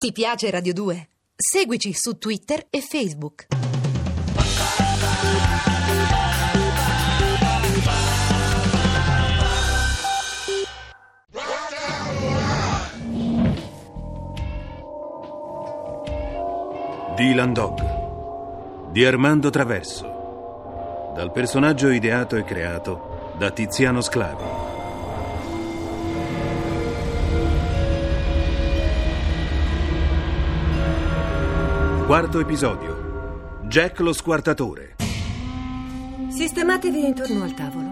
Ti piace Radio 2? Seguici su Twitter e Facebook. Dylan Dog di Armando Traverso, dal personaggio ideato e creato da Tiziano Sclavi. Quarto episodio. Jack lo squartatore. Sistematevi intorno al tavolo.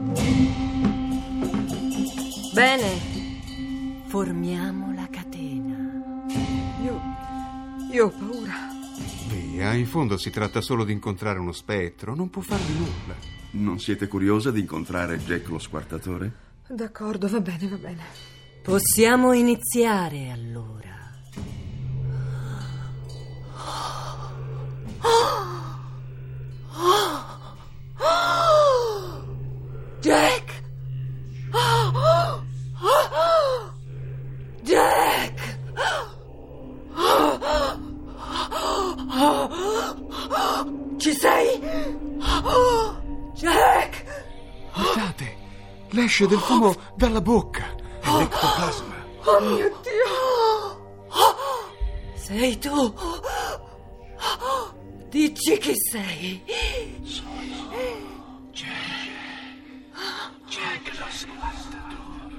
Bene. Formiamo la catena. Io ho paura. Via, in fondo si tratta solo di incontrare uno spettro, non può farvi nulla. Non siete curiosa di incontrare Jack lo squartatore? D'accordo, va bene, va bene. Possiamo iniziare allora. Jack! Jack! Ci sei? Jack! Guardate, le esce del fumo dalla bocca. È l'ectoplasma. Oh mio Dio! Sei tu? Dici chi sei? Sono Jack lo squartatore.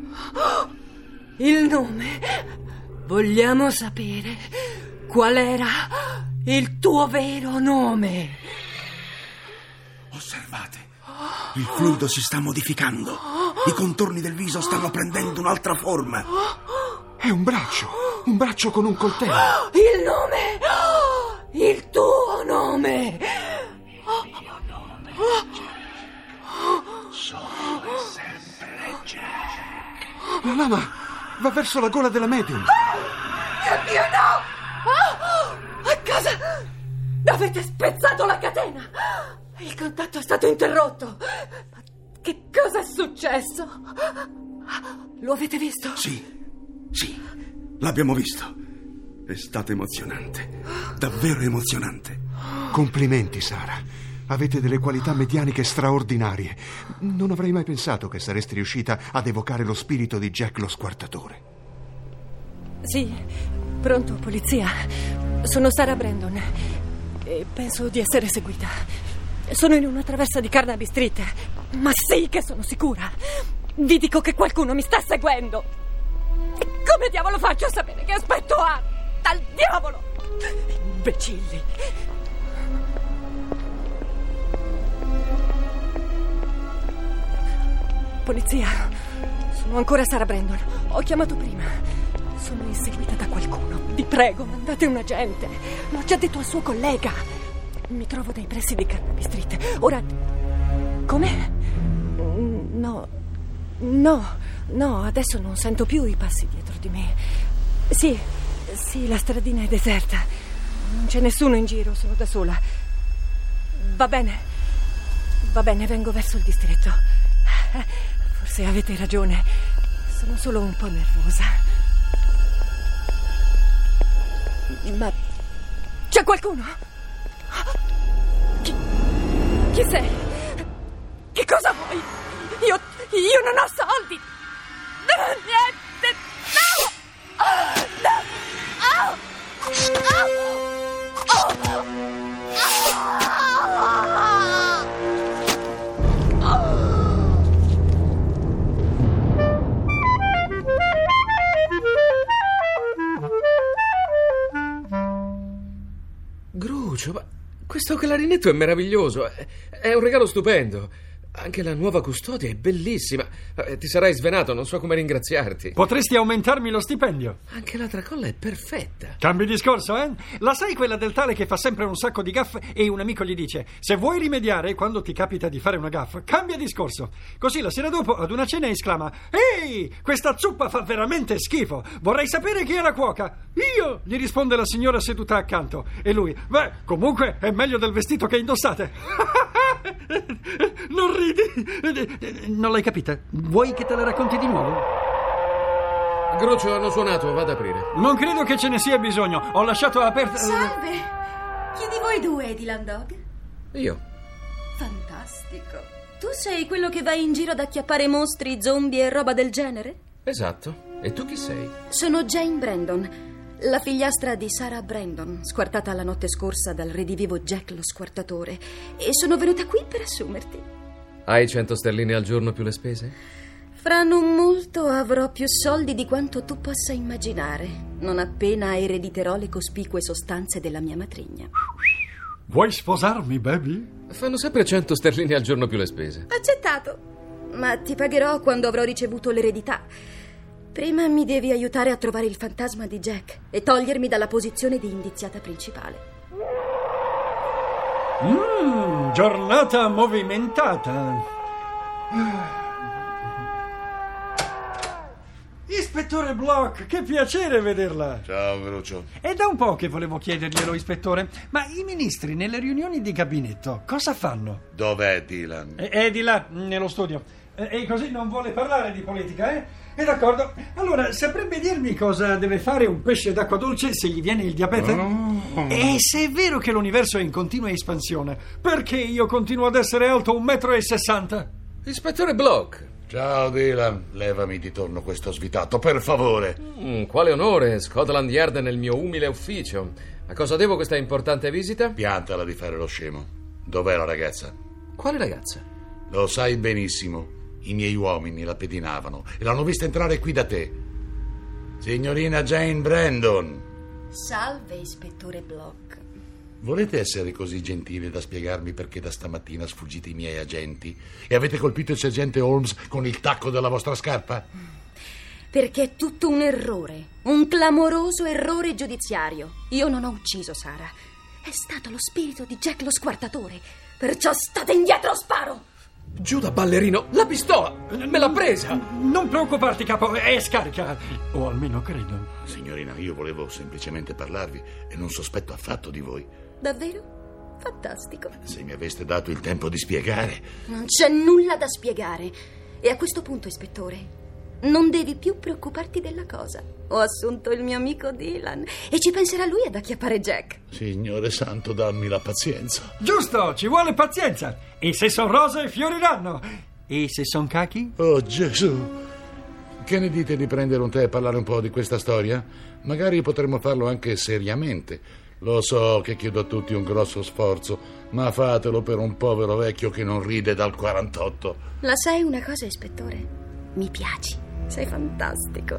Il nome? Vogliamo sapere qual era il tuo vero nome? Osservate, il fluido si sta modificando. I contorni del viso stanno prendendo un'altra forma. È un braccio con un coltello. Il nome! Il tuo nome! Il mio nome è Jack. Sono e sempre Jack. La lama va verso la gola della medium. Mio Dio, no! A casa! Avete spezzato la catena! Il contatto è stato interrotto! Ma che cosa è successo? Lo avete visto? Sì, l'abbiamo visto. È stato emozionante, davvero emozionante. Complimenti, Sara. Avete delle qualità medianiche straordinarie. Non avrei mai pensato che sareste riuscita ad evocare lo spirito di Jack lo squartatore. Sì, pronto, polizia. Sono Sara Brandon e penso di essere seguita. Sono in una traversa di Carnaby Street. Ma sì che sono sicura. Vi dico che qualcuno mi sta seguendo. E come diavolo faccio a sapere che aspetto ha? Dal diavolo! Imbecilli! Polizia, sono ancora Sara Brandon. Ho chiamato prima. Sono inseguita da qualcuno. Vi prego, mandate un agente. L'ho già detto al suo collega. Mi trovo nei pressi di Carnaby Street. Ora... Come? No, adesso non sento più i passi dietro di me. Sì, la stradina è deserta. Non c'è nessuno in giro, sono da sola. Va bene, vengo verso il distretto. Forse avete ragione. Sono solo un po' nervosa. Ma c'è qualcuno? Chi sei? Che cosa vuoi? Io non ho soldi. Niente. Grucio, ma questo clarinetto è meraviglioso, è un regalo stupendo. Anche la nuova custodia è bellissima. Ti sarai svenato, non so come ringraziarti. Potresti aumentarmi lo stipendio. Anche la tracolla è perfetta. Cambi discorso, eh? La sai quella del tale che fa sempre un sacco di gaffe e un amico gli dice: se vuoi rimediare quando ti capita di fare una gaffa, cambia discorso. Così la sera dopo ad una cena esclama: ehi, questa zuppa fa veramente schifo. Vorrei sapere chi è la cuoca. Io, gli risponde la signora seduta accanto. E lui: beh, comunque è meglio del vestito che indossate. Non ridi? Non l'hai capita? Vuoi che te la racconti di nuovo? Groucho, hanno suonato, vado ad aprire. Non credo che ce ne sia bisogno. Ho lasciato aperta... Salve! Chi di voi due è Dylan Dog? Io. Fantastico. Tu sei quello che va in giro ad acchiappare mostri, zombie e roba del genere? Esatto. E tu chi sei? Sono Jane Brandon, la figliastra di Sarah Brandon, squartata la notte scorsa dal redivivo Jack lo Squartatore. E sono venuta qui per assumerti. Hai 100 sterline al giorno più le spese? Fra non molto avrò più soldi di quanto tu possa immaginare, non appena erediterò le cospicue sostanze della mia matrigna. Vuoi sposarmi, baby? Fanno sempre 100 sterline al giorno più le spese. Accettato. Ma ti pagherò quando avrò ricevuto l'eredità. Prima mi devi aiutare a trovare il fantasma di Jack e togliermi dalla posizione di indiziata principale. Giornata movimentata. Ispettore Block, che piacere vederla. Ciao, Groucho. È da un po' che volevo chiederglielo, ispettore, ma i ministri nelle riunioni di gabinetto cosa fanno? Dov'è Dylan? È di là, nello studio. E così non vuole parlare di politica, eh? È d'accordo. Allora, saprebbe dirmi cosa deve fare un pesce d'acqua dolce se gli viene il diabete? E se è vero che l'universo è in continua espansione, perché io continuo ad essere alto 1,60 m? Ispettore Block. Ciao, Dylan. Levami di torno questo svitato, per favore. Quale onore, Scotland Yard nel mio umile ufficio. A cosa devo questa importante visita? Piantala di fare lo scemo. Dov'è la ragazza? Quale ragazza? Lo sai benissimo. I miei uomini la pedinavano e l'hanno vista entrare qui da te. Signorina Jane Brandon. Salve, ispettore Block. Volete essere così gentili da spiegarmi perché da stamattina sfuggite i miei agenti e avete colpito il sergente Holmes con il tacco della vostra scarpa? Perché è tutto un errore, un clamoroso errore giudiziario. Io non ho ucciso Sarah. È stato lo spirito di Jack lo Squartatore. Perciò state indietro o sparo! Giù da ballerino, la pistola! Me l'ha presa! Non preoccuparti, capo, è scarica. O almeno credo. Signorina, io volevo semplicemente parlarvi e non sospetto affatto di voi. Davvero? Fantastico. Se mi aveste dato il tempo di spiegare. Non c'è nulla da spiegare. E a questo punto, ispettore, non devi più preoccuparti della cosa. Ho assunto il mio amico Dylan e ci penserà lui ad acchiappare Jack. Signore santo, dammi la pazienza. Giusto, ci vuole pazienza. E se son rose, fioriranno. E se son cachi? Oh, Gesù. Che ne dite di prendere un tè e parlare un po' di questa storia? Magari potremmo farlo anche seriamente. Lo so che chiedo a tutti un grosso sforzo, ma fatelo per un povero vecchio che non ride dal 48. La sai una cosa, ispettore? Mi piaci. Sei fantastico.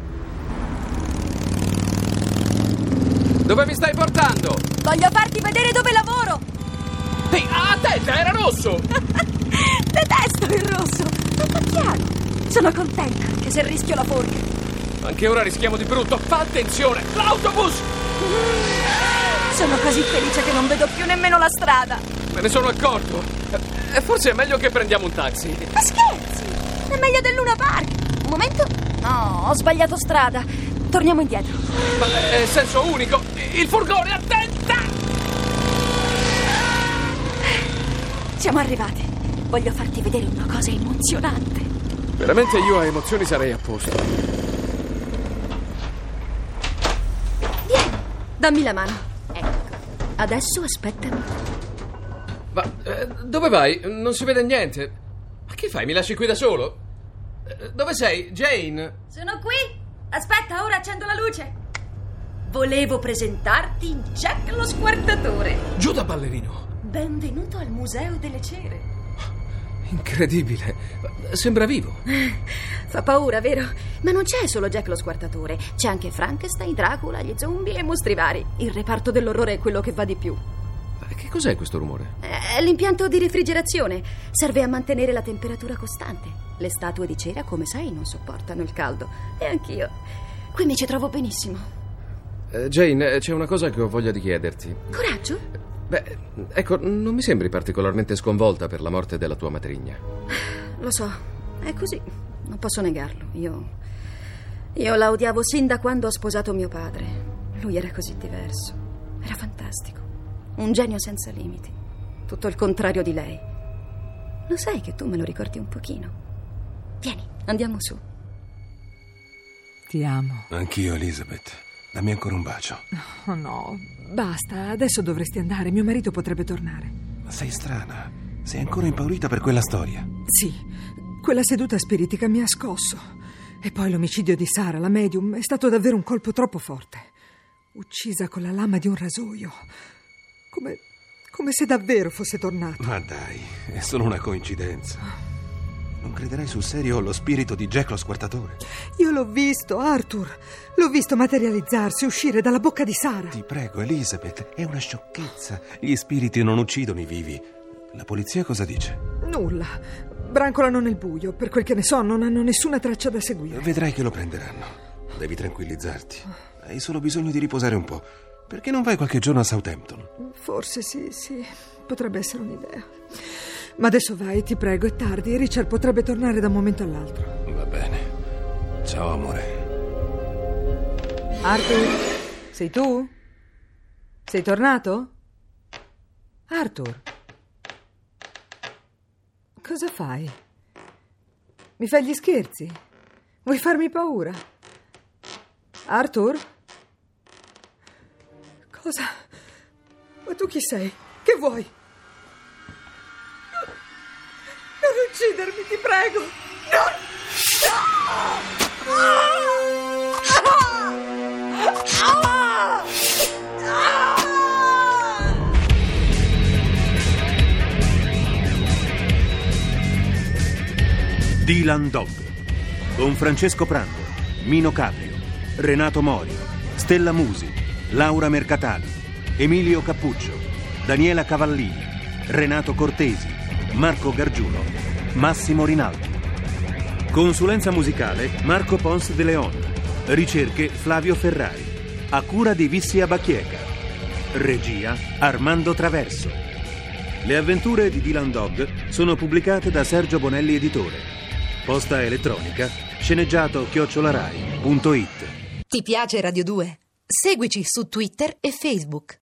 Dove mi stai portando? Voglio farti vedere dove lavoro. Ehi, attenta, era rosso! Detesto il rosso. Ma fa chiaro. Sono contenta anche se rischio la forca. Anche ora rischiamo di brutto. Fa attenzione! L'autobus! Sono così felice che non vedo più nemmeno la strada. Me ne sono accorto. Forse è meglio che prendiamo un taxi. Ma scherzi? È meglio del Luna Park. Un momento. No, ho sbagliato strada. Torniamo indietro. Ma è senso unico. Il furgone, attenta! Siamo arrivati. Voglio farti vedere una cosa emozionante. Veramente io a emozioni sarei a posto. Vieni, dammi la mano. Ecco. Adesso aspettami. Ma dove vai? Non si vede niente. Ma che fai? Mi lasci qui da solo? Dove sei, Jane? Sono qui. Aspetta, ora accendo la luce. Volevo presentarti Jack lo Squartatore. Giù da ballerino. Benvenuto al Museo delle Cere. Incredibile. Sembra vivo. Fa paura, vero? Ma non c'è solo Jack lo Squartatore. C'è anche Frankenstein, Dracula, gli zombie e mostri vari. Il reparto dell'orrore è quello che va di più. Che cos'è questo rumore? È l'impianto di refrigerazione. Serve a mantenere la temperatura costante. Le statue di cera, come sai, non sopportano il caldo. E anch'io. Qui mi ci trovo benissimo. Jane, c'è una cosa che ho voglia di chiederti. Coraggio? Beh, ecco, non mi sembri particolarmente sconvolta per la morte della tua matrigna. Lo so, è così. Non posso negarlo. Io la odiavo sin da quando ho sposato mio padre. Lui era così diverso. Era fantastico. Un genio senza limiti. Tutto il contrario di lei. Lo sai che tu me lo ricordi un pochino? Vieni, andiamo su. Ti amo. Anch'io, Elizabeth. Dammi ancora un bacio. Oh no, basta, adesso dovresti andare. Mio marito potrebbe tornare. Ma sei strana. Sei ancora impaurita per quella storia. Sì, quella seduta spiritica mi ha scosso. E poi l'omicidio di Sara, la medium, è stato davvero un colpo troppo forte. Uccisa con la lama di un rasoio. Come se davvero fosse tornato. Ma dai, è solo una coincidenza. Non crederai sul serio allo spirito di Jack lo squartatore? Io l'ho visto, Arthur. L'ho visto materializzarsi, uscire dalla bocca di Sara. Ti prego, Elizabeth, è una sciocchezza. Gli spiriti non uccidono i vivi. La polizia cosa dice? Nulla. Brancolano nel buio. Per quel che ne so, non hanno nessuna traccia da seguire. Vedrai che lo prenderanno. Devi tranquillizzarti. Hai solo bisogno di riposare un po'. Perché non vai qualche giorno a Southampton? Forse sì. Potrebbe essere un'idea. Ma adesso vai, ti prego, è tardi. Richard potrebbe tornare da un momento all'altro. Va bene. Ciao, amore. Arthur, sei tu? Sei tornato? Arthur? Cosa fai? Mi fai gli scherzi? Vuoi farmi paura? Arthur? Cosa? Ma tu chi sei? Che vuoi? Non uccidermi, ti prego! Dylan Dog con Francesco Prando, Mino Caprio, Renato Mori, Stella Musi, Laura Mercatali, Emilio Cappuccio, Daniela Cavallini, Renato Cortesi, Marco Gargiulo, Massimo Rinaldi. Consulenza musicale Marco Pons de Leon. Ricerche Flavio Ferrari. A cura di Vissia Bacchieca. Regia Armando Traverso. Le avventure di Dylan Dog sono pubblicate da Sergio Bonelli Editore. Posta elettronica sceneggiato@rai.it. Ti piace Radio 2? Seguici su Twitter e Facebook.